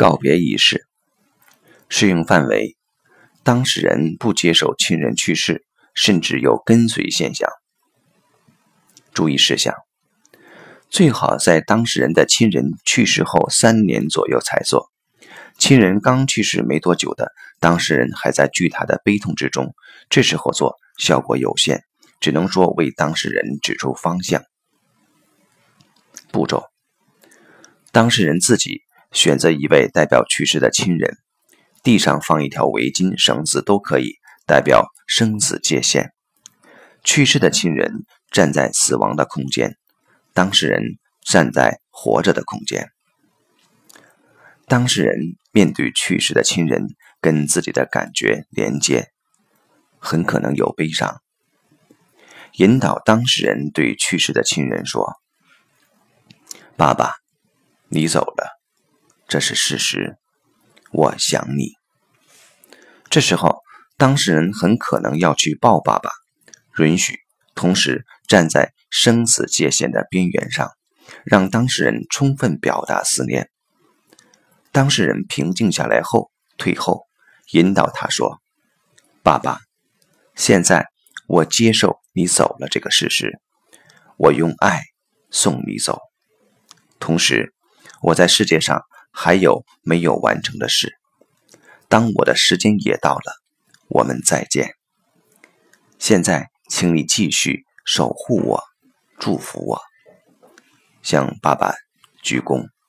告别仪式适用范围：当事人不接受亲人去世，甚至有跟随现象。注意事项：最好在当事人的亲人去世后3年左右才做。亲人刚去世没多久的，当事人还在巨大的悲痛之中，这时候做效果有限，只能说为当事人指出方向。步骤：当事人自己选择一位代表去世的亲人，地上放一条围巾、绳子都可以，代表生死界限。去世的亲人站在死亡的空间，当事人站在活着的空间。当事人面对去世的亲人，跟自己的感觉连接，很可能有悲伤。引导当事人对去世的亲人说：爸爸，你走了，这是事实，我想你。这时候当事人很可能要去抱爸爸，允许，同时站在生死界限的边缘上，让当事人充分表达思念。当事人平静下来后，退后，引导他说：爸爸，现在我接受你走了这个事实，我用爱送你走。同时，我在世界上还有没有完成的事，当我的时间也到了，我们再见。现在请你继续守护我，祝福我。向爸爸鞠躬。